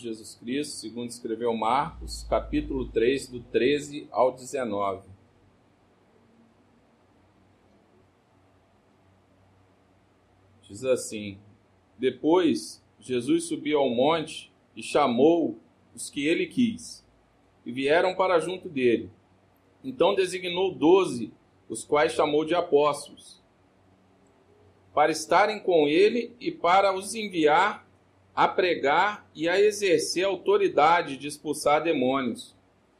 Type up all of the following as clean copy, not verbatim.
Jesus Cristo, segundo escreveu Marcos, capítulo 3, do 13 ao 19. Diz assim: Depois Jesus subiu ao monte e chamou os que ele quis, e vieram para junto dele. Então designou 12, os quais chamou de apóstolos, para estarem com ele e para os enviar a pregar e a exercer a autoridade de expulsar demônios.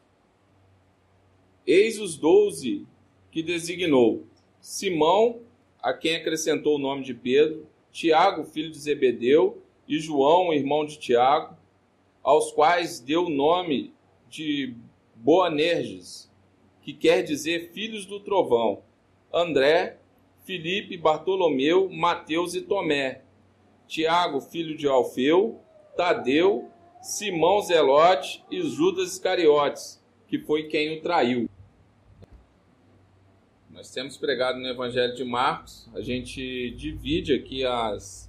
Eis os 12 que designou: Simão, a quem acrescentou o nome de Pedro, Tiago, filho de Zebedeu, e João, irmão de Tiago, aos quais deu o nome de Boanerges, que quer dizer filhos do trovão, André, Filipe, Bartolomeu, Mateus e Tomé, Tiago, filho de Alfeu, Tadeu, Simão Zelote e Judas Iscariotes, que foi quem o traiu. Nós temos pregado no Evangelho de Marcos, a gente divide aqui as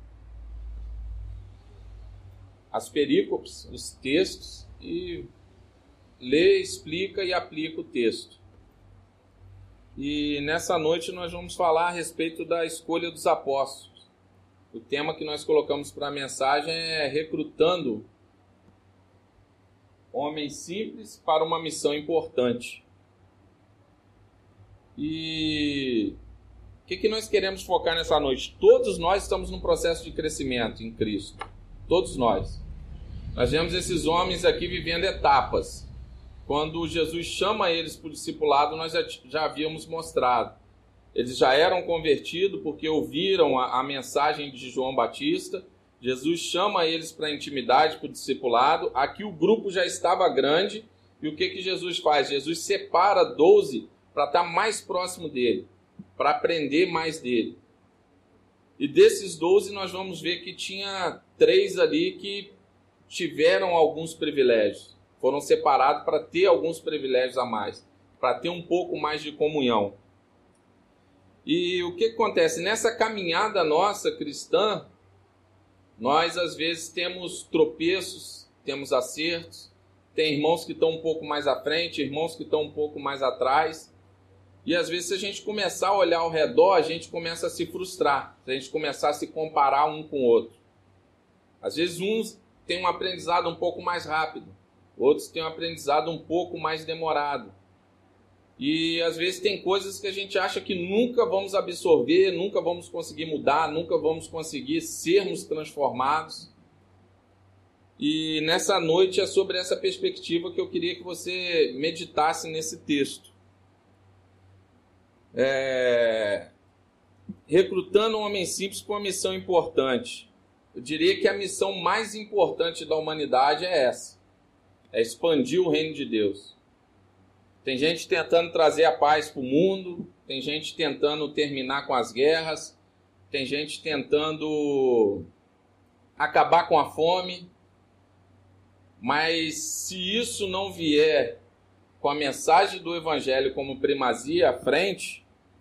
perícopes, os textos, e lê, explica e aplica o texto. E nessa noite nós vamos falar a respeito da escolha dos apóstolos. O tema que nós colocamos para a mensagem é recrutando homens simples para uma missão importante. E o que nós queremos focar nessa noite? Todos nós estamos num processo de crescimento em Cristo. Todos nós. Nós vemos esses homens aqui vivendo etapas. Quando Jesus chama eles para o discipulado, nós já havíamos mostrado. Eles já eram convertidos porque ouviram a mensagem de João Batista. Jesus chama eles para a intimidade, para o discipulado. Aqui o grupo já estava grande. E o que Jesus faz? Jesus separa 12 para estar mais próximo dele, para aprender mais dele. E desses 12 nós vamos ver que tinha 3 ali que tiveram alguns privilégios. Foram separados para ter alguns privilégios a mais, para ter um pouco mais de comunhão. E o que acontece? Nessa caminhada nossa cristã, nós às vezes temos tropeços, temos acertos, tem irmãos que estão um pouco mais à frente, irmãos que estão um pouco mais atrás. E às vezes se a gente começar a olhar ao redor, a gente começa a se frustrar, se a gente começar a se comparar um com o outro. Às vezes uns têm um aprendizado um pouco mais rápido, outros têm um aprendizado um pouco mais demorado. E às vezes tem coisas que a gente acha que nunca vamos absorver, nunca vamos conseguir mudar, nunca vamos conseguir sermos transformados. E nessa noite é sobre essa perspectiva que eu queria que você meditasse nesse texto. Recrutando um homem simples para uma missão importante. Eu diria que a missão mais importante da humanidade é essa. É expandir o reino de Deus. Tem gente tentando trazer a paz para o mundo, tem gente tentando terminar com as guerras, tem gente tentando acabar com a fome, mas se isso não vier com a mensagem do Evangelho como primazia à frente,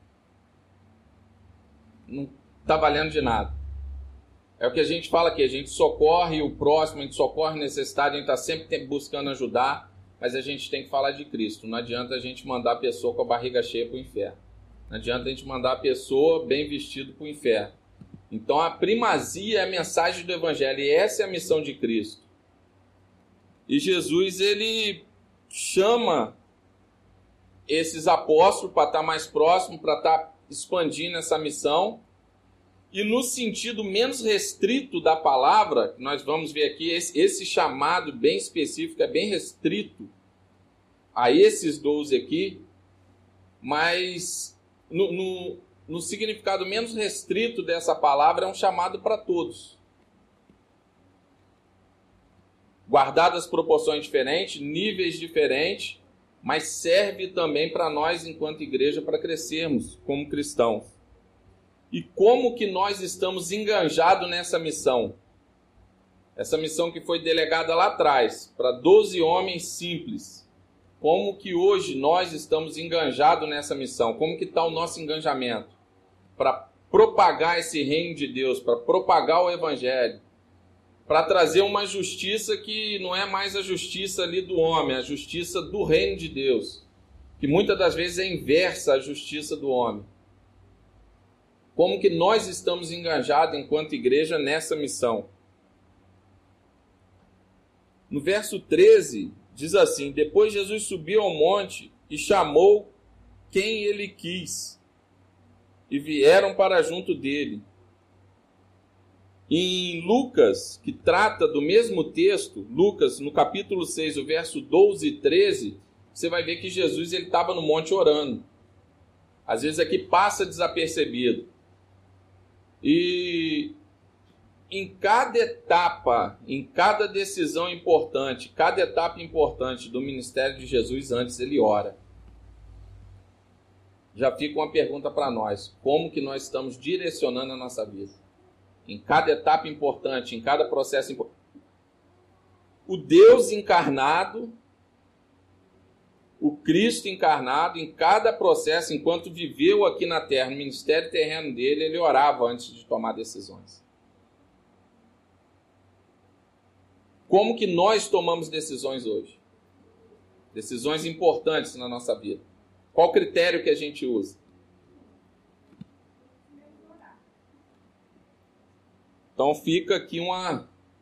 não está valendo de nada. É o que a gente fala aqui, a gente socorre o próximo, a gente socorre o necessitado, a gente está sempre buscando ajudar, mas a gente tem que falar de Cristo. Não adianta a gente mandar a pessoa com a barriga cheia para o inferno. Não adianta a gente mandar a pessoa bem vestida para o inferno. Então a primazia é a mensagem do Evangelho, e essa é a missão de Cristo. E Jesus, ele chama esses apóstolos para estar mais próximo, para estar expandindo essa missão. E no sentido menos restrito da palavra, nós vamos ver aqui, esse chamado bem específico é bem restrito a esses 12 aqui, mas no significado menos restrito dessa palavra é um chamado para todos. Guardadas proporções diferentes, níveis diferentes, mas serve também para nós enquanto igreja para crescermos como cristãos. E como que nós estamos enganjados nessa missão? Essa missão que foi delegada lá atrás, para 12 homens simples. Como que hoje nós estamos enganjados nessa missão? Como que está o nosso engajamento? Para propagar esse reino de Deus, para propagar o Evangelho. para trazer uma justiça que não é mais a justiça ali do homem, a justiça do reino de Deus, que muitas das vezes é inversa à justiça do homem. Como que nós estamos engajados enquanto igreja nessa missão? No verso 13, diz assim: depois Jesus subiu ao monte e chamou quem ele quis, e vieram para junto dele. Em Lucas, que trata do mesmo texto, Lucas, no capítulo 6, o verso 12 e 13, você vai ver que Jesus estava no monte orando. Às vezes aqui passa desapercebido. E em cada etapa, em cada decisão importante, cada etapa importante do ministério de Jesus, antes ele ora. Já fica uma pergunta para nós: como que nós estamos direcionando a nossa vida? Em cada etapa importante, em cada processo importante. O Deus encarnado, o Cristo encarnado, em cada processo, enquanto viveu aqui na terra, no ministério terreno dele, ele orava antes de tomar decisões. Como que nós tomamos decisões hoje? Decisões importantes na nossa vida. Qual critério que a gente usa? Então fica aqui a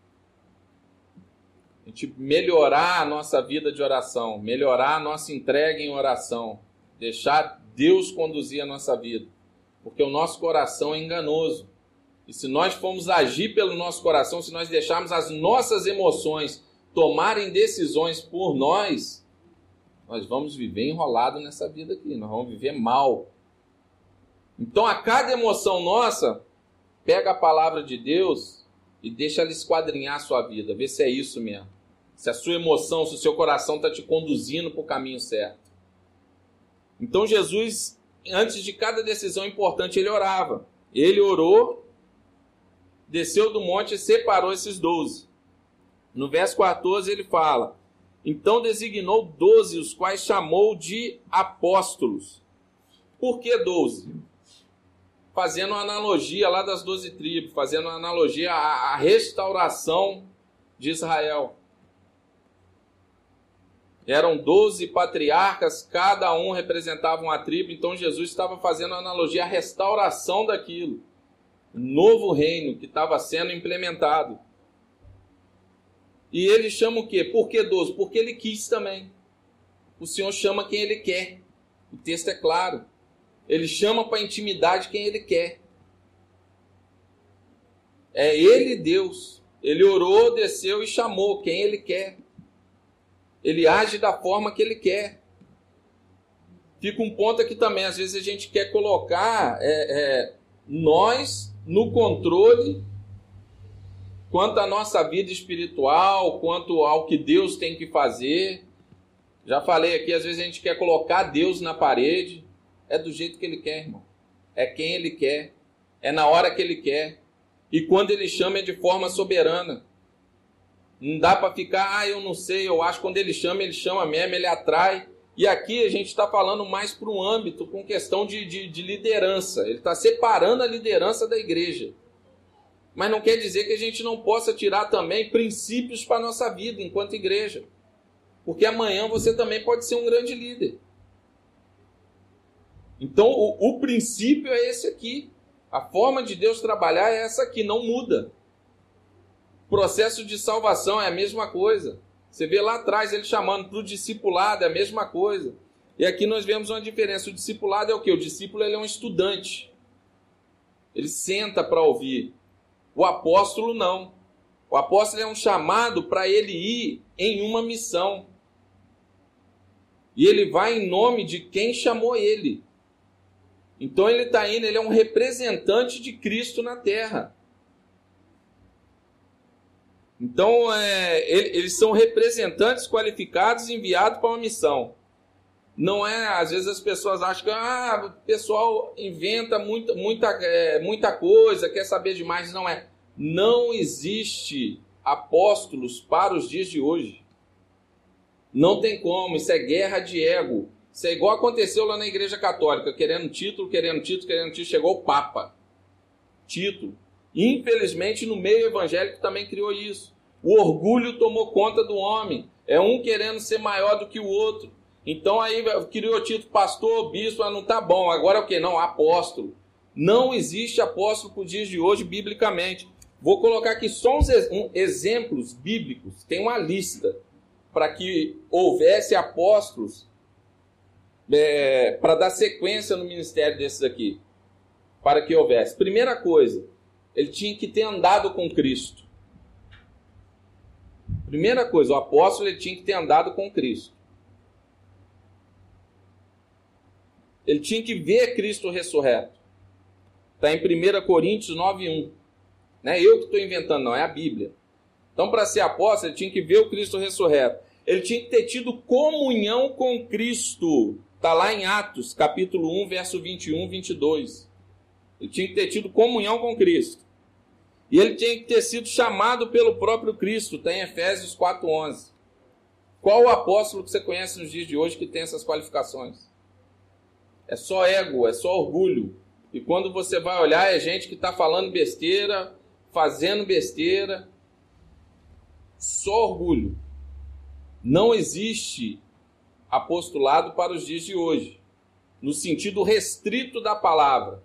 gente melhorar a nossa vida de oração, melhorar a nossa entrega em oração, deixar Deus conduzir a nossa vida, porque o nosso coração é enganoso. E se nós formos agir pelo nosso coração, se nós deixarmos as nossas emoções tomarem decisões por nós, nós vamos viver enrolado nessa vida aqui, nós vamos viver mal. Então a cada emoção nossa, pega a palavra de Deus e deixa ela esquadrinhar a sua vida, vê se é isso mesmo. Se a sua emoção, se o seu coração está te conduzindo para o caminho certo. Então Jesus, antes de cada decisão importante, ele orava. Ele orou, desceu do monte e separou esses 12. No verso 14 ele fala: então designou 12, os quais chamou de apóstolos. Por que 12? Fazendo uma analogia lá das 12 tribos, fazendo uma analogia à restauração de Israel. Eram 12 patriarcas, cada um representava uma tribo, então Jesus estava fazendo uma analogia à restauração daquilo. Novo reino que estava sendo implementado. E ele chama o quê? Por que 12? Porque ele quis também. O Senhor chama quem ele quer. O texto é claro. Ele chama para a intimidade quem ele quer. É ele Deus. Ele orou, desceu e chamou quem ele quer. Ele age da forma que ele quer. Fica um ponto aqui também. Às vezes a gente quer colocar nós no controle quanto à nossa vida espiritual, quanto ao que Deus tem que fazer. Já falei aqui, às vezes a gente quer colocar Deus na parede. É do jeito que ele quer, irmão. É quem ele quer. É na hora que ele quer. E quando ele chama é de forma soberana. Não dá para ficar, eu não sei, eu acho que quando ele chama mesmo, ele atrai. E aqui a gente está falando mais para um âmbito com questão de liderança. Ele está separando a liderança da igreja. Mas não quer dizer que a gente não possa tirar também princípios para a nossa vida enquanto igreja. Porque amanhã você também pode ser um grande líder. Então o princípio é esse aqui. A forma de Deus trabalhar é essa aqui, não muda. O processo de salvação é a mesma coisa. Você vê lá atrás ele chamando para o discipulado, é a mesma coisa. E aqui nós vemos uma diferença. O discipulado é o quê? O discípulo ele é um estudante. Ele senta para ouvir. O apóstolo não. O apóstolo é um chamado para ele ir em uma missão. E ele vai em nome de quem chamou ele. Então ele está indo, ele é um representante de Cristo na terra. Então eles são representantes qualificados e enviados para uma missão. Não é, às vezes as pessoas acham que o pessoal inventa muita coisa, quer saber demais. Não é. Não existe apóstolos para os dias de hoje. Não tem como, isso é guerra de ego. Isso é igual aconteceu lá na Igreja Católica, querendo título, chegou o Papa. Título. Infelizmente, no meio evangélico também criou isso. O orgulho tomou conta do homem. É um querendo ser maior do que o outro. Então aí criou o título pastor, bispo, não tá bom. Agora é o quê? Não, apóstolo. Não existe apóstolo para os dias de hoje, biblicamente. Vou colocar aqui só uns exemplos bíblicos. Tem uma lista para que houvesse apóstolos para dar sequência no ministério desses aqui. Para que houvesse. Primeira coisa, ele tinha que ter andado com Cristo. Primeira coisa, o apóstolo ele tinha que ter andado com Cristo. Ele tinha que ver Cristo ressurreto. Está em 1 Coríntios 9:1. Não é eu que estou inventando, não, é a Bíblia. Então, para ser apóstolo, ele tinha que ver o Cristo ressurreto. Ele tinha que ter tido comunhão com Cristo. Está lá em Atos, capítulo 1, verso 21, 22. Ele tinha que ter tido comunhão com Cristo. E ele tinha que ter sido chamado pelo próprio Cristo. Está em Efésios 4:11. Qual o apóstolo que você conhece nos dias de hoje que tem essas qualificações? É só ego, é só orgulho. E quando você vai olhar, é gente que está falando besteira, fazendo besteira. Só orgulho. Não existe apostolado para os dias de hoje, no sentido restrito da palavra.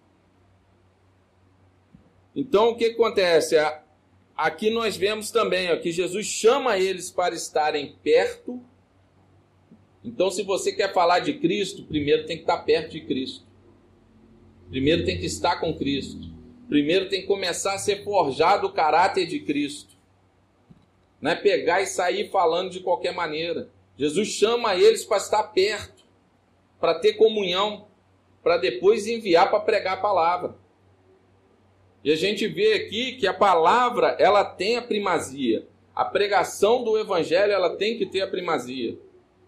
Então, o que acontece? Aqui nós vemos também que Jesus chama eles para estarem perto. Então, se você quer falar de Cristo, primeiro tem que estar perto de Cristo. Primeiro tem que estar com Cristo. Primeiro tem que começar a ser forjado o caráter de Cristo. Não é pegar e sair falando de qualquer maneira. Jesus chama eles para estar perto, para ter comunhão, para depois enviar para pregar a palavra. E a gente vê aqui que a palavra, ela tem a primazia. A pregação do evangelho, ela tem que ter a primazia.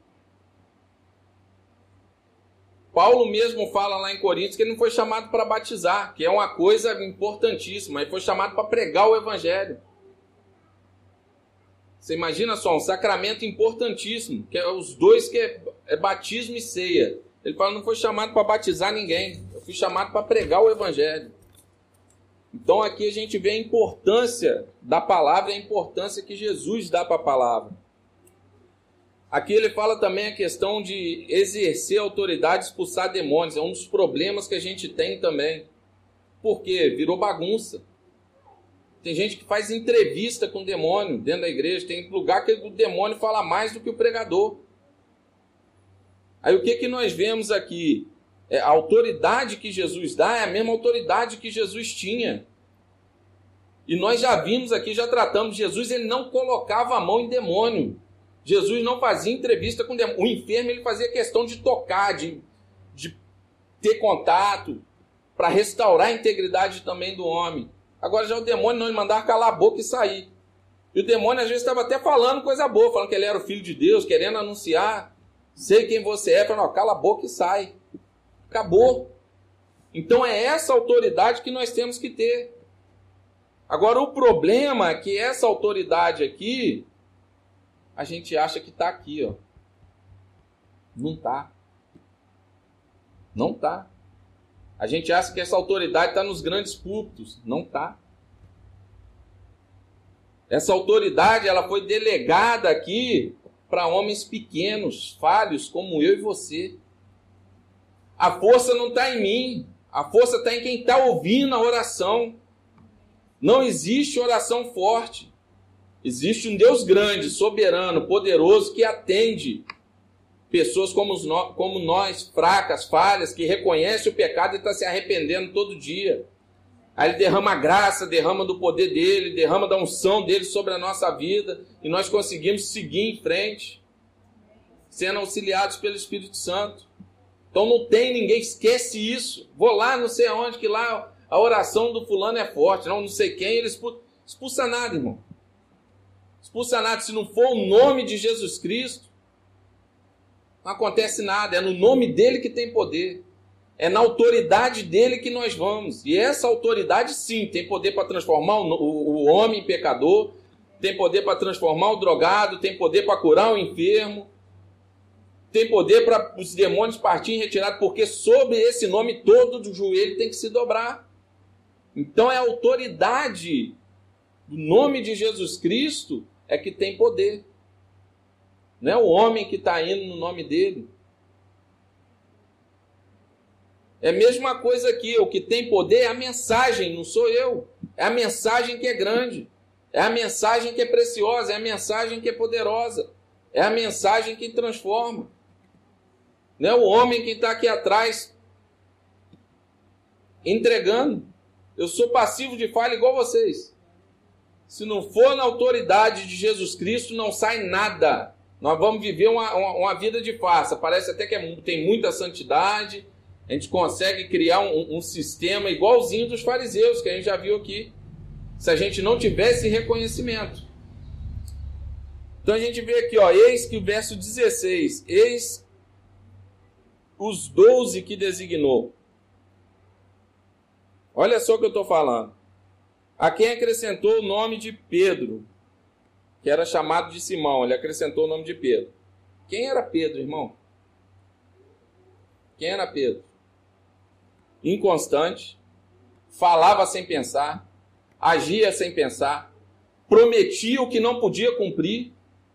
Paulo mesmo fala lá em Coríntios que ele não foi chamado para batizar, que é uma coisa importantíssima. Ele foi chamado para pregar o evangelho. Você imagina só, um sacramento importantíssimo, que é os dois, que é batismo e ceia. Ele fala, não foi chamado para batizar ninguém, eu fui chamado para pregar o evangelho. Então aqui a gente vê a importância da palavra, a importância que Jesus dá para a palavra. Aqui ele fala também a questão de exercer autoridade, expulsar demônios. É um dos problemas que a gente tem também. Por quê? Virou bagunça. Tem gente que faz entrevista com o demônio dentro da igreja. Tem lugar que o demônio fala mais do que o pregador. Aí o que nós vemos aqui? A autoridade que Jesus dá é a mesma autoridade que Jesus tinha. E nós já vimos aqui, já tratamos, Jesus ele não colocava a mão em demônio. Jesus não fazia entrevista com o demônio. O enfermo ele fazia questão de tocar, de ter contato, para restaurar a integridade também do homem. Agora já o demônio não, ele mandava calar a boca e sair. E o demônio às vezes estava até falando coisa boa, falando que ele era o filho de Deus, querendo anunciar, sei quem você é, falando, cala a boca e sai. Acabou. Então é essa autoridade que nós temos que ter. Agora o problema é que essa autoridade aqui, a gente acha que está aqui, ó. Não está. Não está. A gente acha que essa autoridade está nos grandes púlpitos. Não está. Essa autoridade ela foi delegada aqui para homens pequenos, falhos, como eu e você. A força não está em mim. A força está em quem está ouvindo a oração. Não existe oração forte. Existe um Deus grande, soberano, poderoso, que atende pessoas como nós, fracas, falhas, que reconhecem o pecado e está se arrependendo todo dia. Aí ele derrama a graça, derrama do poder dele, derrama da unção dele sobre a nossa vida e nós conseguimos seguir em frente, sendo auxiliados pelo Espírito Santo. Então não tem ninguém, esquece isso. Vou lá, não sei aonde, que lá a oração do fulano é forte, não sei quem, ele expulsa nada, irmão. Expulsa nada, se não for o nome de Jesus Cristo, não acontece nada, é no nome dele que tem poder, é na autoridade dele que nós vamos, e essa autoridade sim, tem poder para transformar o homem pecador, tem poder para transformar o drogado, tem poder para curar o enfermo, tem poder para os demônios partirem retirados, porque sobre esse nome todo do joelho tem que se dobrar. Então é a autoridade do nome de Jesus Cristo é que tem poder. Não é o homem que está indo no nome dele. É a mesma coisa aqui, o que tem poder é a mensagem, não sou eu. É a mensagem que é grande. É a mensagem que é preciosa, é a mensagem que é poderosa. É a mensagem que transforma. Não é o homem que está aqui atrás entregando. Eu sou passivo de falha igual vocês. Se não for na autoridade de Jesus Cristo, não sai nada. Nós vamos viver uma vida de farsa. Parece até que tem muita santidade. A gente consegue criar um sistema igualzinho dos fariseus, que a gente já viu aqui. Se a gente não tivesse reconhecimento. Então a gente vê aqui, ó, eis que o verso 16, eis os 12 que designou. Olha só o que eu estou falando. A quem acrescentou o nome de Pedro, que era chamado de Simão, ele acrescentou o nome de Pedro. Quem era Pedro, irmão? Quem era Pedro? Inconstante, falava sem pensar, agia sem pensar, prometia o que não podia cumprir.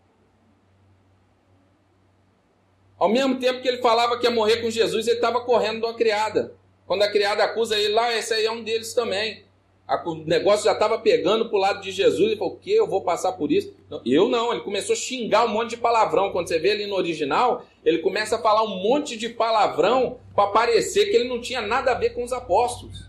Ao mesmo tempo que ele falava que ia morrer com Jesus, ele estava correndo de uma criada. Quando a criada acusa ele lá, esse aí é um deles também. O negócio já estava pegando para o lado de Jesus. Ele falou, o quê? Eu vou passar por isso? Não, eu não. Ele começou a xingar um monte de palavrão. Quando você vê ali no original, ele começa a falar um monte de palavrão para parecer que ele não tinha nada a ver com os apóstolos.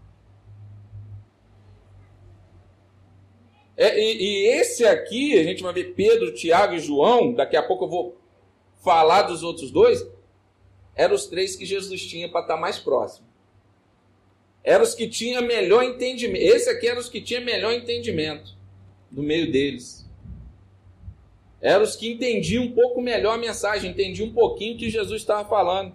E esse aqui, a gente vai ver Pedro, Tiago e João. Daqui a pouco eu vou falar dos outros dois. Eram os três que Jesus tinha para estar mais próximo. Eram os que tinham melhor entendimento. Esse aqui eram os que tinham melhor entendimento no meio deles. Eram os que entendiam um pouco melhor a mensagem, entendiam um pouquinho o que Jesus estava falando.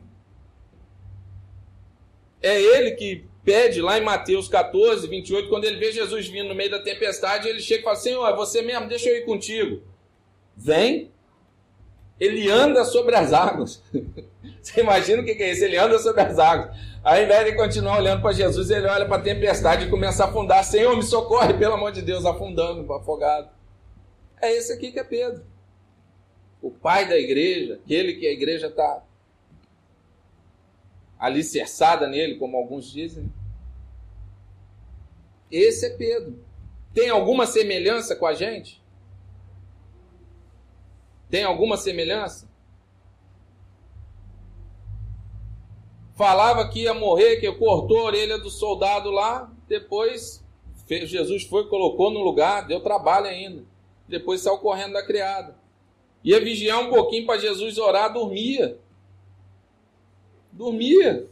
É ele que pede lá em Mateus 14, 28, quando ele vê Jesus vindo no meio da tempestade, ele chega e fala, Senhor, é você mesmo, deixa eu ir contigo. Vem. Ele anda sobre as águas. Você imagina o que é isso? Ele anda sobre as águas. Aí, ao invés de continuar olhando para Jesus, ele olha para a tempestade e começa a afundar. Senhor, me socorre, pelo amor de Deus, afundando, afogado. É esse aqui que é Pedro. O pai da igreja, aquele que a igreja está alicerçada nele, como alguns dizem. Esse é Pedro. Tem alguma semelhança com a gente? Tem alguma semelhança? Falava que ia morrer, que cortou a orelha do soldado lá, depois Jesus foi, colocou no lugar, deu trabalho ainda. Depois saiu correndo da criada. Ia vigiar um pouquinho para Jesus orar, dormia. Dormia.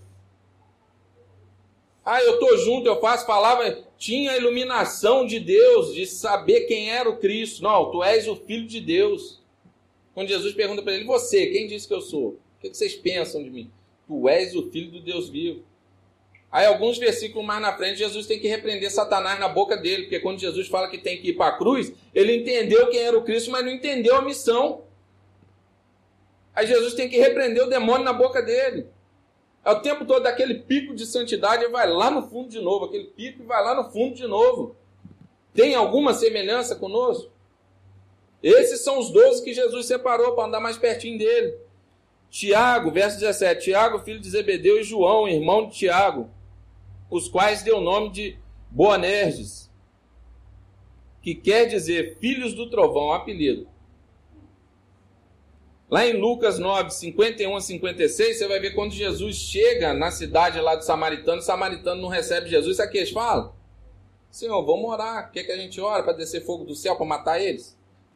Ah, eu estou junto, eu faço, falava, tinha a iluminação de Deus, de saber quem era o Cristo. Não, tu és o Filho de Deus. Quando Jesus pergunta para ele, você, quem disse que eu sou? O que vocês pensam de mim? Tu és o Filho do Deus vivo. Aí alguns versículos mais na frente, Jesus tem que repreender Satanás na boca dele, porque quando Jesus fala que tem que ir para a cruz, ele entendeu quem era o Cristo, mas não entendeu a missão. Aí Jesus tem que repreender o demônio na boca dele. É o tempo todo daquele pico de santidade, ele vai lá no fundo de novo, aquele pico e vai lá no fundo de novo. Tem alguma semelhança conosco? Esses são os 12 que Jesus separou para andar mais pertinho dele. Tiago, verso 17. Tiago, filho de Zebedeu, e João, irmão de Tiago, os quais deu o nome de Boanerges, que quer dizer filhos do trovão, apelido. Lá em Lucas 9, 51 a 56, você vai ver quando Jesus chega na cidade lá do Samaritano, o Samaritano não recebe Jesus, sabe o que eles falam? Senhor, vamos orar, quer que a gente ore para descer fogo do céu para matar eles?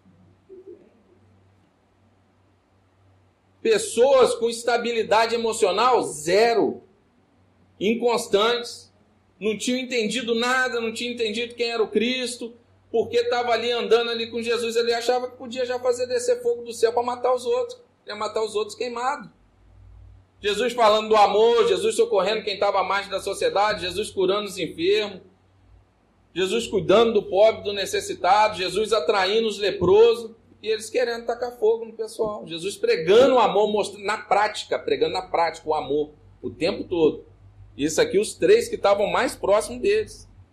Pessoas com estabilidade emocional, zero. Inconstantes. Não tinham entendido nada, não tinham entendido quem era o Cristo, porque estava ali andando ali com Jesus, ele achava que podia já fazer descer fogo do céu para matar os outros. Ia matar os outros queimados. Jesus falando do amor, Jesus socorrendo quem estava à margem da sociedade, Jesus curando os enfermos, Jesus cuidando do pobre, do necessitado, Jesus atraindo os leprosos. E eles querendo tacar fogo no pessoal. Jesus pregando o amor, mostrando na prática, pregando na prática o amor, o tempo todo. Isso aqui, os três que estavam mais próximos deles.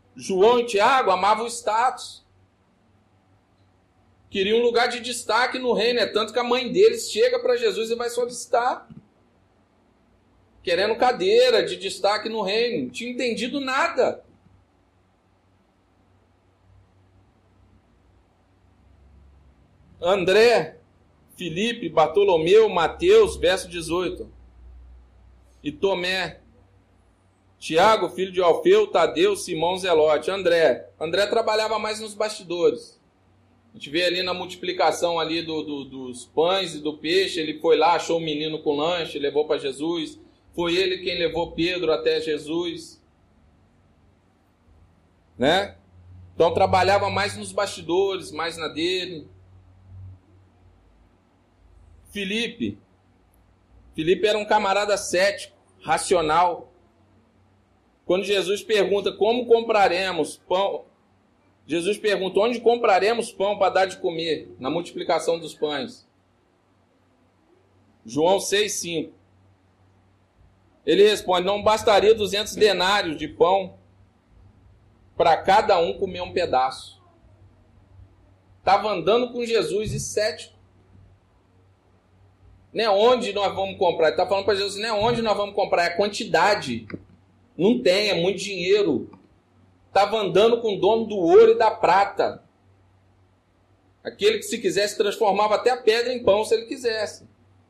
João e Tiago amavam o status. Queriam um lugar de destaque no reino. É tanto que a mãe deles chega para Jesus e vai solicitar. Querendo cadeira de destaque no reino. Não tinha entendido nada. André, Filipe, Bartolomeu, Mateus, verso 18. E Tomé, Tiago, filho de Alfeu, Tadeu, Simão, Zelote. André trabalhava mais nos bastidores. A gente vê ali na multiplicação ali dos pães e do peixe. Ele foi lá, achou o menino com lanche, levou para Jesus. Foi ele quem levou Pedro até Jesus. Né? Então trabalhava mais nos bastidores, mais na dele. Filipe era um camarada cético, racional. Quando Jesus pergunta como compraremos pão, Jesus pergunta onde compraremos pão para dar de comer, na multiplicação dos pães. João 6,5. Ele responde, não bastaria 200 denários de pão para cada um comer um pedaço. Estava andando com Jesus e cético. Não é onde nós vamos comprar. Ele está falando para Jesus, não é onde nós vamos comprar, é a quantidade. Não tem, é muito dinheiro. Estava andando com o dono do ouro e da prata. Aquele que, se quisesse, transformava até a pedra em pão, se ele quisesse.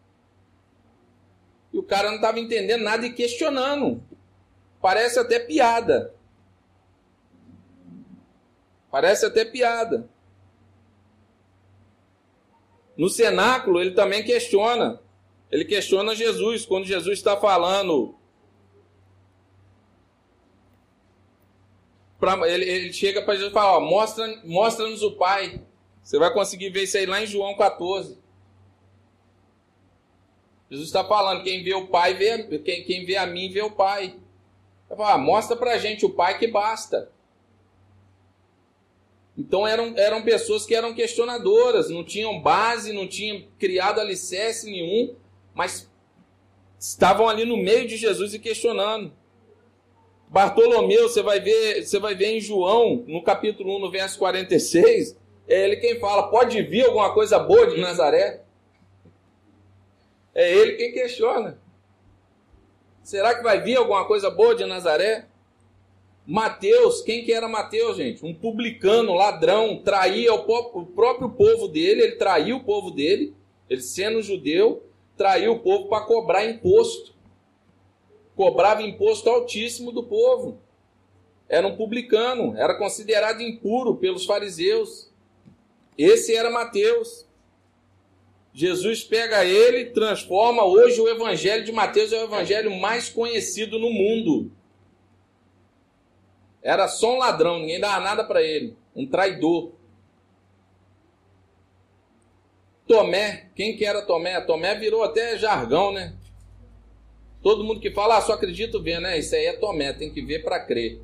E o cara não estava entendendo nada e questionando. Parece até piada. Parece até piada. No cenáculo, ele também questiona. Ele questiona Jesus, quando Jesus está falando. Ele chega para Jesus e fala, ó, mostra-nos o Pai. Você vai conseguir ver isso aí lá em João 14. Jesus está falando, quem vê o Pai, quem vê a mim, vê o Pai. Ele fala, mostra para a gente o Pai que basta. Então eram pessoas que eram questionadoras, não tinham base, não tinham criado alicerce nenhum, mas estavam ali no meio de Jesus e questionando. Bartolomeu, você vai ver em João, no capítulo 1, no verso 46, é ele quem fala, pode vir alguma coisa boa de Nazaré? É ele quem questiona. Será que vai vir alguma coisa boa de Nazaré? Mateus, quem que era Mateus, gente? Um publicano, ladrão, traía o próprio povo dele, ele traiu o povo dele, ele sendo judeu, traiu o povo para cobrar imposto. Cobrava imposto altíssimo do povo. Era um publicano, era considerado impuro pelos fariseus. Esse era Mateus. Jesus pega ele, transforma. Hoje o evangelho de Mateus é o evangelho mais conhecido no mundo. Era só um ladrão, ninguém dava nada para ele. Um traidor. Tomé, quem que era Tomé? Tomé virou até jargão, né? Todo mundo que fala, só acredito vendo, né? Isso aí é Tomé, tem que ver para crer.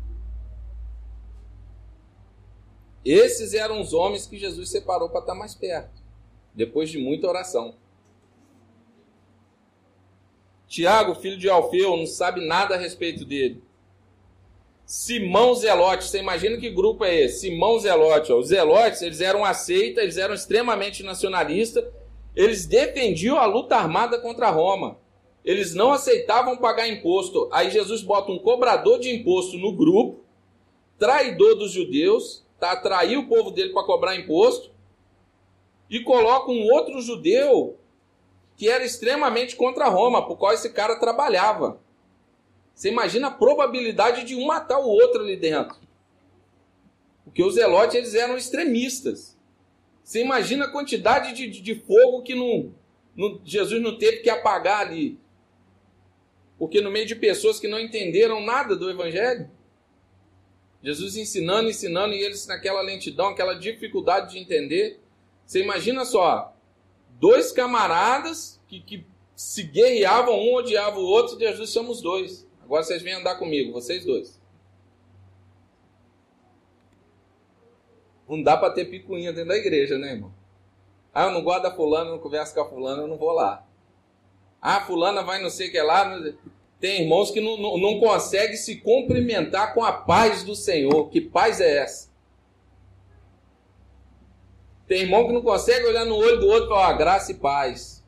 Esses eram os homens que Jesus separou para estar mais perto, depois de muita oração. Tiago, filho de Alfeu, não sabe nada a respeito dele. Simão Zelote, você imagina que grupo é esse? Simão Zelote. Os Zelotes, eles eram a seita, eles eram extremamente nacionalistas, eles defendiam a luta armada contra Roma. Eles não aceitavam pagar imposto. Aí Jesus bota um cobrador de imposto no grupo, traidor dos judeus, traiu o povo dele para cobrar imposto, e coloca um outro judeu que era extremamente contra Roma, por qual esse cara trabalhava. Você imagina a probabilidade de um matar o outro ali dentro. Porque os zelotes, eles eram extremistas. Você imagina a quantidade de fogo que Jesus não teve que apagar ali. Porque no meio de pessoas que não entenderam nada do evangelho, Jesus ensinando, e eles naquela lentidão, aquela dificuldade de entender. Você imagina só, dois camaradas que se guerreavam, um odiava o outro, Jesus somos dois. Agora vocês vêm andar comigo, vocês dois. Não dá para ter picuinha dentro da igreja, né, irmão? Eu não gosto da fulana, não converso com a fulana, eu não vou lá. Fulana vai não sei o que lá. Tem irmãos que não conseguem se cumprimentar com a paz do Senhor. Que paz é essa? Tem irmão que não consegue olhar no olho do outro e falar graça e paz.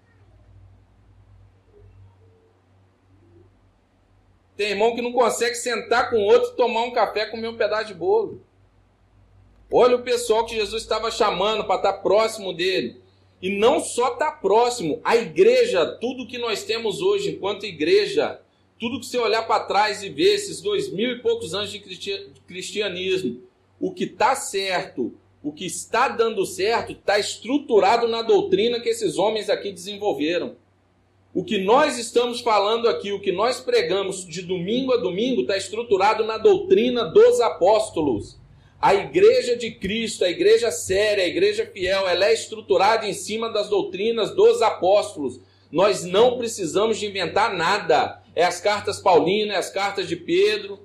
Tem irmão que não consegue sentar com o outro, tomar um café, comer um pedaço de bolo. Olha o pessoal que Jesus estava chamando para estar próximo dele. E não só estar próximo, a igreja, tudo que nós temos hoje enquanto igreja, tudo que você olhar para trás e ver, esses 2000 e poucos anos de cristianismo, o que está certo, o que está dando certo, está estruturado na doutrina que esses homens aqui desenvolveram. O que nós estamos falando aqui, o que nós pregamos de domingo a domingo, está estruturado na doutrina dos apóstolos. A igreja de Cristo, a igreja séria, a igreja fiel, ela é estruturada em cima das doutrinas dos apóstolos. Nós não precisamos de inventar nada. É as cartas paulinas, é as cartas de Pedro,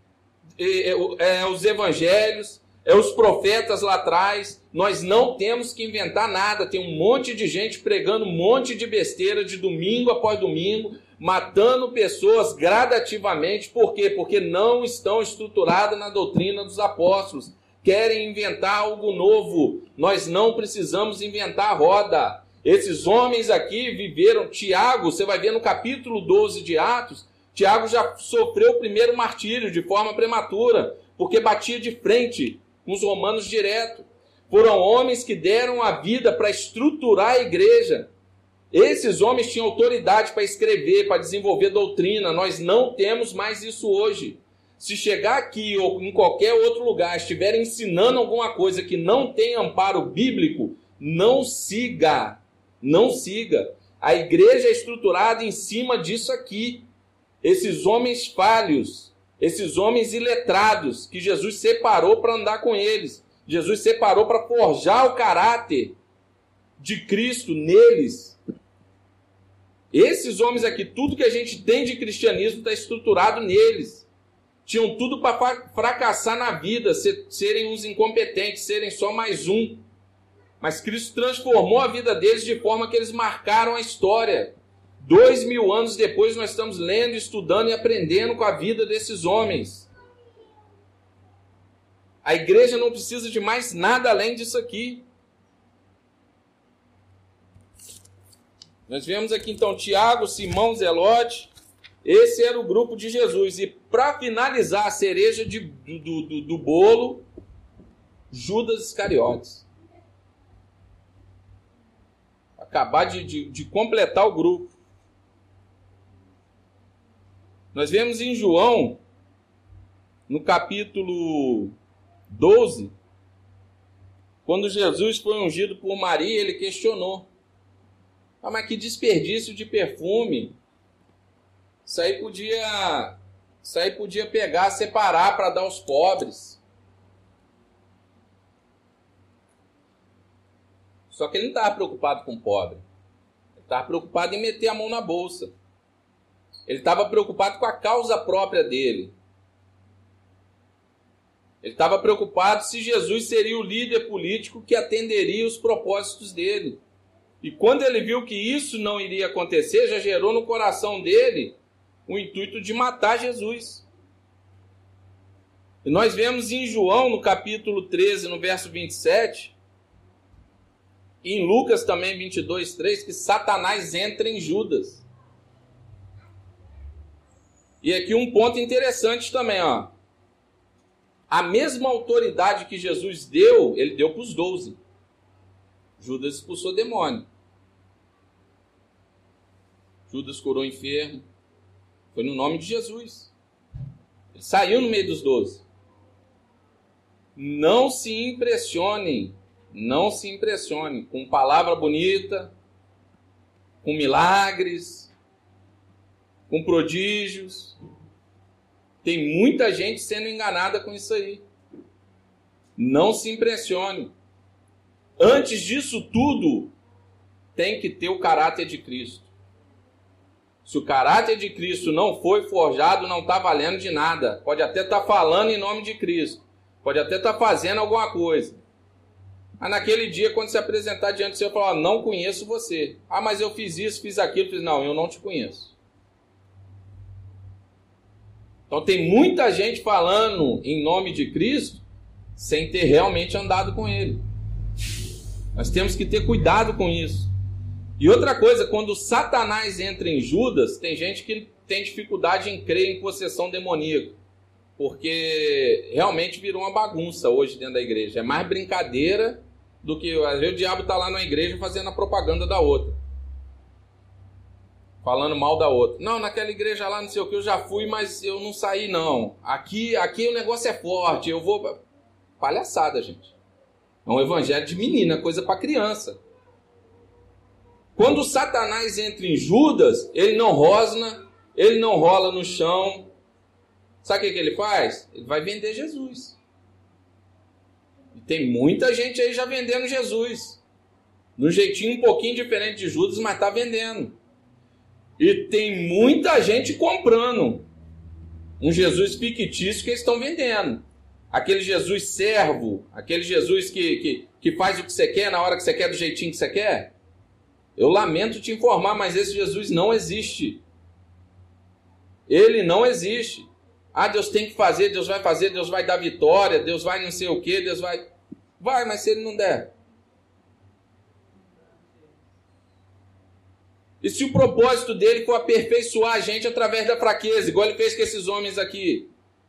é os evangelhos, é os profetas lá atrás. Nós não temos que inventar nada. Tem um monte de gente pregando um monte de besteira de domingo após domingo, matando pessoas gradativamente. Por quê? Porque não estão estruturadas na doutrina dos apóstolos. Querem inventar algo novo. Nós não precisamos inventar a roda. Esses homens aqui viveram. Tiago, você vai ver no capítulo 12 de Atos, Tiago já sofreu o primeiro martírio de forma prematura, porque batia de frente com os romanos direto. Foram homens que deram a vida para estruturar a igreja. Esses homens tinham autoridade para escrever, para desenvolver doutrina. Nós não temos mais isso hoje. Se chegar aqui ou em qualquer outro lugar, estiver ensinando alguma coisa que não tem amparo bíblico, não siga. Não siga. A igreja é estruturada em cima disso aqui. Esses homens falhos, esses homens iletrados, que Jesus separou para andar com eles. Jesus separou para forjar o caráter de Cristo neles. Esses homens aqui, tudo que a gente tem de cristianismo está estruturado neles. Tinham tudo para fracassar na vida, serem uns incompetentes, serem só mais um. Mas Cristo transformou a vida deles de forma que eles marcaram a história. 2000 anos depois nós estamos lendo, estudando e aprendendo com a vida desses homens. A igreja não precisa de mais nada além disso aqui. Nós vemos aqui então Tiago, Simão, Zelote. Esse era o grupo de Jesus. E para finalizar a cereja do bolo, Judas Iscariotes. Acabar de completar o grupo. Nós vemos em João, no capítulo 12, quando Jesus foi ungido por Maria, ele questionou. Ah, mas que desperdício de perfume. Isso aí podia pegar, separar para dar aos pobres. Só que ele não estava preocupado com o pobre. Ele estava preocupado em meter a mão na bolsa. Ele estava preocupado com a causa própria dele. Ele estava preocupado se Jesus seria o líder político que atenderia os propósitos dele. E quando ele viu que isso não iria acontecer, já gerou no coração dele o intuito de matar Jesus. E nós vemos em João, no capítulo 13, no verso 27, e em Lucas também, 22, 3, que Satanás entra em Judas. E aqui um ponto interessante também, ó. A mesma autoridade que Jesus deu, ele deu para os 12. Judas expulsou demônio. Judas curou enfermo. Foi no nome de Jesus. Ele saiu no meio dos 12. Não se impressionem com palavra bonita, com milagres, com prodígios. Tem muita gente sendo enganada com isso aí. Não se impressione. Antes disso tudo, tem que ter o caráter de Cristo. Se o caráter de Cristo não foi forjado, não está valendo de nada. Pode até estar falando em nome de Cristo. Pode até estar fazendo alguma coisa. Mas naquele dia, quando se apresentar diante do Senhor, falar, não conheço você. Ah, mas eu fiz isso, fiz aquilo. Não, eu não te conheço. Então tem muita gente falando em nome de Cristo sem ter realmente andado com Ele. Nós temos que ter cuidado com isso. E outra coisa, quando Satanás entra em Judas, tem gente que tem dificuldade em crer em possessão demoníaca, porque realmente virou uma bagunça hoje dentro da igreja. É mais brincadeira do que... Às vezes o diabo está lá na igreja fazendo a propaganda da outra, falando mal da outra. Não, naquela igreja lá, não sei o que, eu já fui, mas eu não saí, não. Aqui o negócio é forte, eu vou... Palhaçada, gente. É um evangelho de menina, coisa para criança. Quando Satanás entra em Judas, ele não rosna, ele não rola no chão. Sabe o que ele faz? Ele vai vender Jesus. E tem muita gente aí já vendendo Jesus. De um jeitinho um pouquinho diferente de Judas, mas está vendendo. E tem muita gente comprando um Jesus fictício que eles estão vendendo. Aquele Jesus servo, aquele Jesus que faz o que você quer na hora que você quer, do jeitinho que você quer. Eu lamento te informar, mas esse Jesus não existe. Ele não existe. Ah, Deus tem que fazer, Deus vai dar vitória, Deus vai não sei o que, Deus vai... Vai, mas se ele não der? E se o propósito dele for aperfeiçoar a gente através da fraqueza, igual ele fez com esses homens aqui?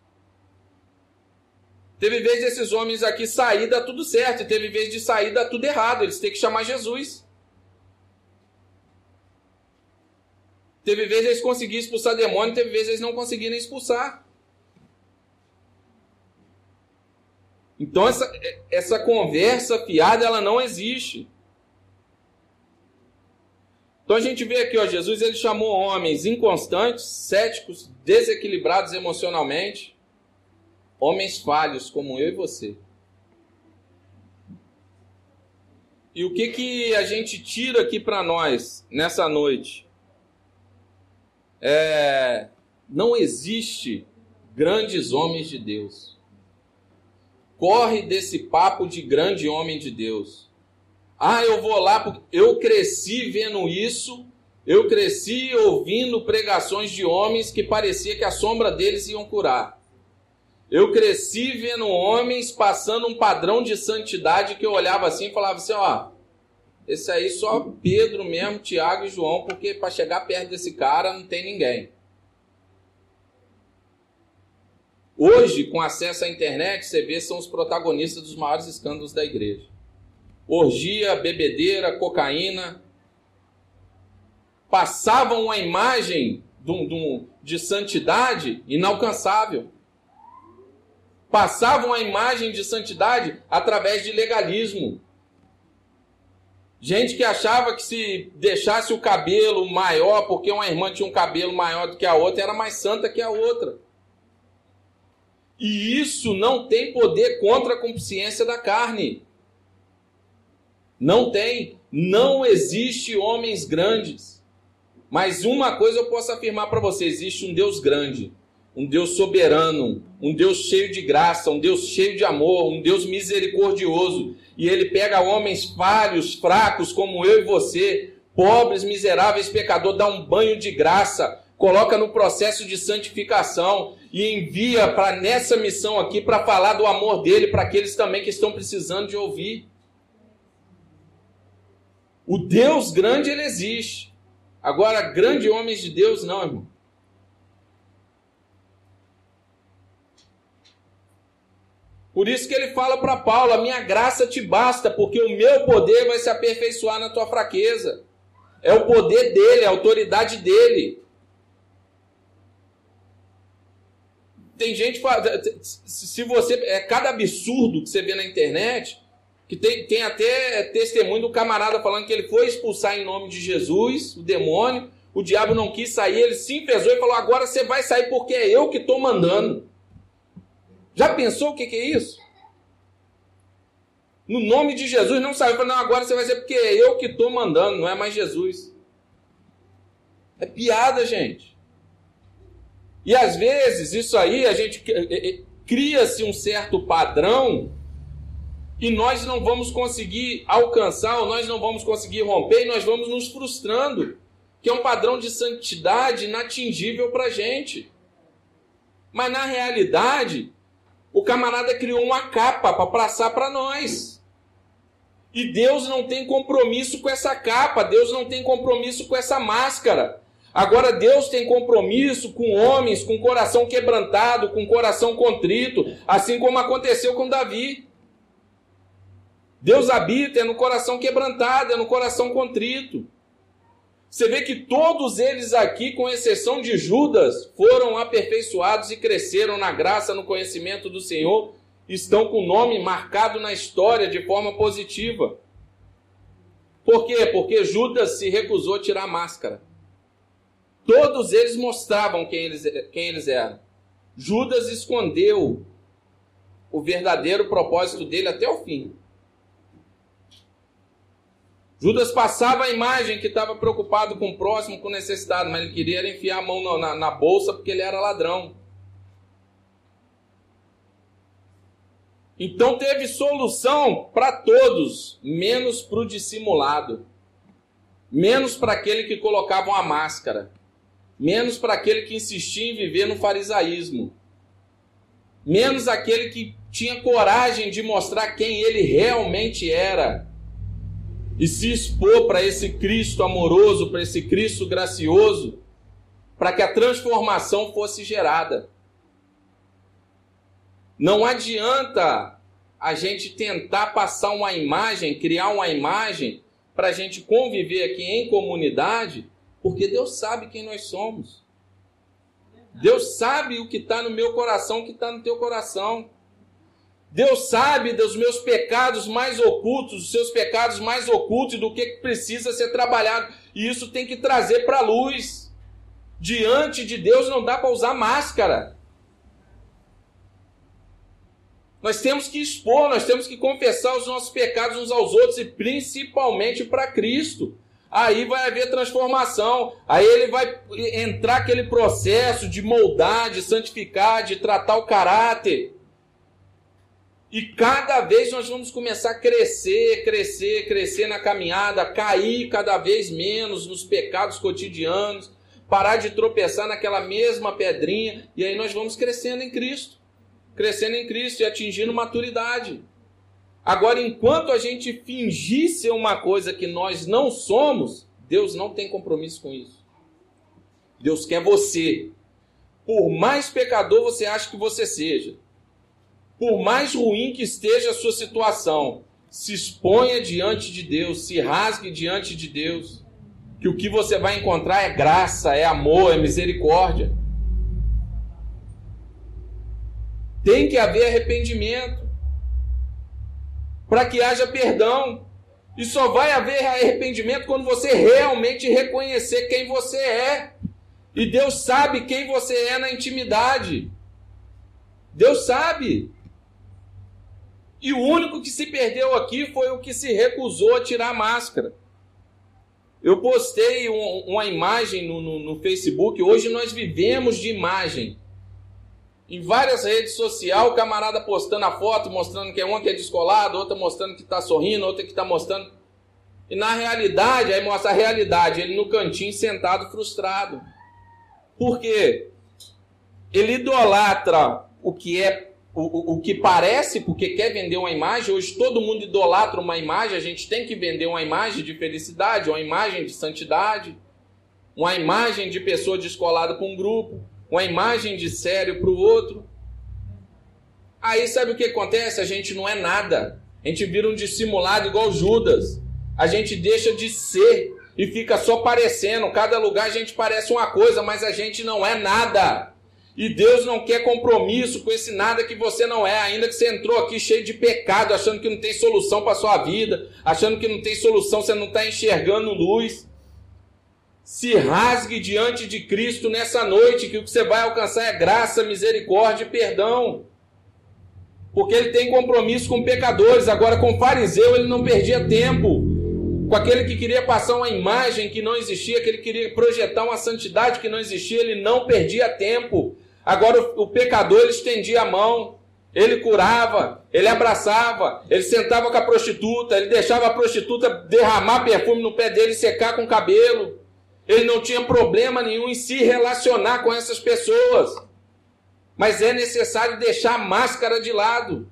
Teve vez desses homens aqui sair, dá tudo certo, e teve vez de sair, dá tudo errado, eles têm que chamar Jesus. Teve vezes eles conseguiram expulsar demônio, teve vezes eles não conseguiram expulsar. Então essa conversa fiada, ela não existe. Então a gente vê aqui, ó, Jesus ele chamou homens inconstantes, céticos, desequilibrados emocionalmente, homens falhos como eu e você. E o que a gente tira aqui para nós nessa noite? Não existe grandes homens de Deus. Corre desse papo de grande homem de Deus. Ah, eu vou lá porque eu cresci vendo isso, eu cresci ouvindo pregações de homens que parecia que a sombra deles iam curar. Eu cresci vendo homens passando um padrão de santidade que eu olhava assim e falava assim, ó, esse aí só Pedro mesmo, Tiago e João, porque para chegar perto desse cara não tem ninguém. Hoje, com acesso à internet, você vê são os protagonistas dos maiores escândalos da igreja. Orgia, bebedeira, cocaína. Passavam uma imagem de santidade inalcançável. Passavam a imagem de santidade através de legalismo. Gente que achava que se deixasse o cabelo maior, porque uma irmã tinha um cabelo maior do que a outra, era mais santa que a outra. E isso não tem poder contra a consciência da carne. Não tem. Não existe homens grandes. Mas uma coisa eu posso afirmar para você, existe um Deus grande, um Deus soberano, um Deus cheio de graça, um Deus cheio de amor, um Deus misericordioso. E ele pega homens falhos, fracos, como eu e você, pobres, miseráveis, pecadores, dá um banho de graça, coloca no processo de santificação e envia para nessa missão aqui para falar do amor dele para aqueles também que estão precisando de ouvir. O Deus grande, ele existe. Agora, grandes homens de Deus, não, irmão. Por isso que ele fala para Paulo, a minha graça te basta, porque o meu poder vai se aperfeiçoar na tua fraqueza. É o poder dele, a autoridade dele. Tem gente, se você, cada absurdo que você vê na internet, que tem até testemunho do camarada falando que ele foi expulsar em nome de Jesus, o demônio, o diabo não quis sair, ele se enfesou e falou, agora você vai sair porque é eu que estou mandando. Já pensou o que é isso? No nome de Jesus não saiu. Falou, não, agora você vai dizer porque é eu que estou mandando, não é mais Jesus. É piada, gente. E às vezes isso aí, a gente cria-se um certo padrão e nós não vamos conseguir alcançar, ou nós não vamos conseguir romper, e nós vamos nos frustrando, que é um padrão de santidade inatingível para a gente. Mas na realidade, o camarada criou uma capa para passar para nós. E Deus não tem compromisso com essa capa, Deus não tem compromisso com essa máscara. Agora Deus tem compromisso com homens com coração quebrantado, com coração contrito, assim como aconteceu com Davi. Deus habita no coração quebrantado, no coração contrito. Você vê que todos eles aqui, com exceção de Judas, foram aperfeiçoados e cresceram na graça, no conhecimento do Senhor, estão com o nome marcado na história de forma positiva. Por quê? Porque Judas se recusou a tirar a máscara. Todos eles mostravam quem eles eram. Judas escondeu o verdadeiro propósito dele até o fim. Judas passava a imagem que estava preocupado com o próximo, com necessidade, mas ele queria enfiar a mão na bolsa porque ele era ladrão. Então teve solução para todos, menos para o dissimulado, menos para aquele que colocava uma máscara, menos para aquele que insistia em viver no farisaísmo, menos aquele que tinha coragem de mostrar quem ele realmente era e se expor para esse Cristo amoroso, para esse Cristo gracioso, para que a transformação fosse gerada. Não adianta a gente tentar passar uma imagem, criar uma imagem para a gente conviver aqui em comunidade, porque Deus sabe quem nós somos. Deus sabe o que está no meu coração, o que está no teu coração. Deus sabe dos meus pecados mais ocultos, dos seus pecados mais ocultos, do que precisa ser trabalhado. E isso tem que trazer para a luz. Diante de Deus não dá para usar máscara. Nós temos que expor, nós temos que confessar os nossos pecados uns aos outros e principalmente para Cristo. Aí vai haver transformação, aí ele vai entrar aquele processo de moldar, de santificar, de tratar o caráter. E cada vez nós vamos começar a crescer na caminhada, cair cada vez menos nos pecados cotidianos, parar de tropeçar naquela mesma pedrinha, e aí nós vamos crescendo em Cristo e atingindo maturidade. Agora, enquanto a gente fingir ser uma coisa que nós não somos, Deus não tem compromisso com isso. Deus quer você. Por mais pecador você acha que você seja, por mais ruim que esteja a sua situação, se exponha diante de Deus, se rasgue diante de Deus, que o que você vai encontrar é graça, é amor, é misericórdia. Tem que haver arrependimento para que haja perdão. E só vai haver arrependimento quando você realmente reconhecer quem você é. E Deus sabe quem você é na intimidade. Deus sabe. E o único que se perdeu aqui foi o que se recusou a tirar a máscara. Eu postei uma imagem no Facebook. Hoje nós vivemos de imagem. Em várias redes sociais, o camarada postando a foto, mostrando que é uma que é descolada, outra mostrando que está sorrindo, outra que está mostrando... E na realidade, aí mostra a realidade, ele no cantinho sentado frustrado. Por quê? Ele idolatra o que parece, porque quer vender uma imagem. Hoje todo mundo idolatra uma imagem, a gente tem que vender uma imagem de felicidade, uma imagem de santidade, uma imagem de pessoa descolada para um grupo, uma imagem de sério para o outro. Aí sabe o que acontece? A gente não é nada. A gente vira um dissimulado igual Judas. A gente deixa de ser e fica só parecendo. Cada lugar a gente parece uma coisa, mas a gente não é nada. E Deus não quer compromisso com esse nada que você não é. Ainda que você entrou aqui cheio de pecado, achando que não tem solução para a sua vida, achando que não tem solução, você não está enxergando luz. Se rasgue diante de Cristo nessa noite, que o que você vai alcançar é graça, misericórdia e perdão. Porque ele tem compromisso com pecadores. Agora, com o fariseu, ele não perdia tempo. Com aquele que queria passar uma imagem que não existia, que ele queria projetar uma santidade que não existia, ele não perdia tempo. Agora, o pecador, ele estendia a mão, ele curava, ele abraçava, ele sentava com a prostituta, ele deixava a prostituta derramar perfume no pé dele e secar com o cabelo. Ele não tinha problema nenhum em se relacionar com essas pessoas. Mas é necessário deixar a máscara de lado.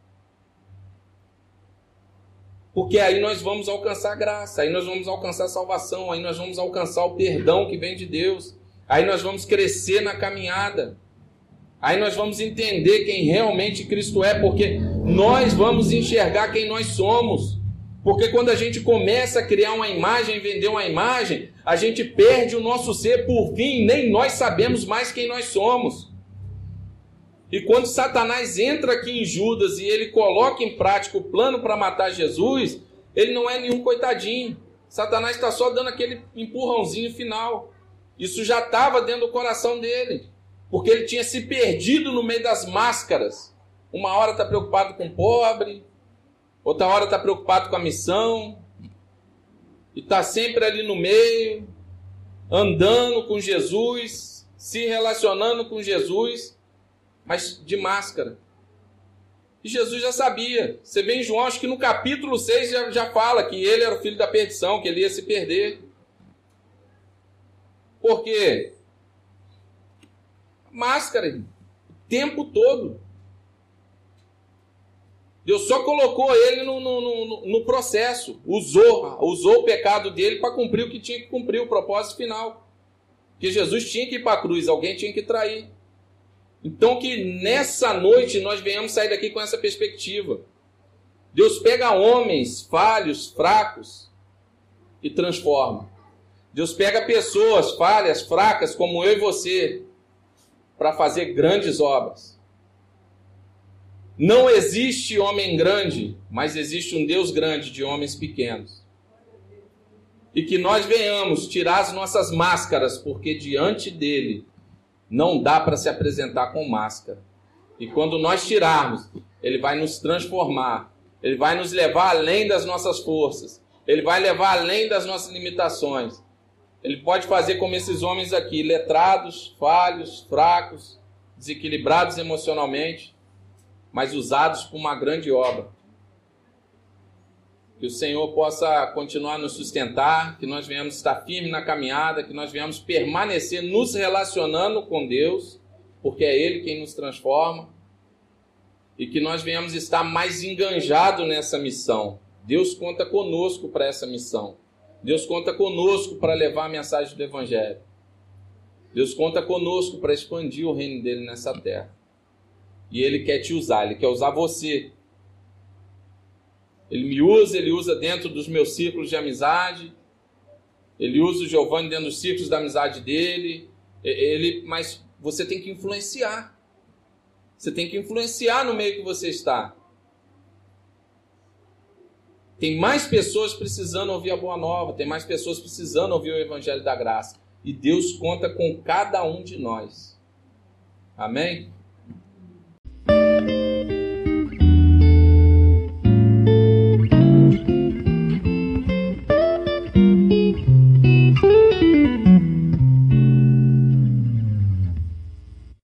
Porque aí nós vamos alcançar graça, aí nós vamos alcançar salvação, aí nós vamos alcançar o perdão que vem de Deus. Aí nós vamos crescer na caminhada. Aí nós vamos entender quem realmente Cristo é, porque nós vamos enxergar quem nós somos. Porque quando a gente começa a criar uma imagem, vender uma imagem, a gente perde o nosso ser, por fim, nem nós sabemos mais quem nós somos. E quando Satanás entra aqui em Judas e ele coloca em prática o plano para matar Jesus, ele não é nenhum coitadinho. Satanás está só dando aquele empurrãozinho final. Isso já estava dentro do coração dele, porque ele tinha se perdido no meio das máscaras. Uma hora está preocupado com o pobre, outra hora está preocupado com a missão, e está sempre ali no meio, andando com Jesus, se relacionando com Jesus, mas de máscara. E Jesus já sabia. Você vê em João, acho que no capítulo 6 já fala que ele era o filho da perdição, que ele ia se perder. Por quê? Máscara, o tempo todo. Deus só colocou ele no processo, usou o pecado dele para cumprir o que tinha que cumprir, o propósito final. Porque Jesus tinha que ir para a cruz, alguém tinha que trair. Então que nessa noite nós venhamos sair daqui com essa perspectiva. Deus pega homens falhos, fracos e transforma. Deus pega pessoas falhas, fracas, como eu e você, para fazer grandes obras. Não existe homem grande, mas existe um Deus grande de homens pequenos. E que nós venhamos tirar as nossas máscaras, porque diante dele não dá para se apresentar com máscara. E quando nós tirarmos, ele vai nos transformar. Ele vai nos levar além das nossas forças. Ele vai levar além das nossas limitações. Ele pode fazer como esses homens aqui, letrados, falhos, fracos, desequilibrados emocionalmente, mas usados por uma grande obra. Que o Senhor possa continuar a nos sustentar, que nós venhamos estar firmes na caminhada, que nós venhamos permanecer nos relacionando com Deus, porque é Ele quem nos transforma, e que nós venhamos estar mais enganjados nessa missão. Deus conta conosco para essa missão. Deus conta conosco para levar a mensagem do Evangelho. Deus conta conosco para expandir o reino dele nessa terra. E Ele quer te usar, Ele quer usar você. Ele me usa, Ele usa dentro dos meus círculos de amizade. Ele usa o Giovanni dentro dos círculos da amizade dele. Mas você tem que influenciar. Você tem que influenciar no meio que você está. Tem mais pessoas precisando ouvir a Boa Nova. Tem mais pessoas precisando ouvir o Evangelho da Graça. E Deus conta com cada um de nós. Amém?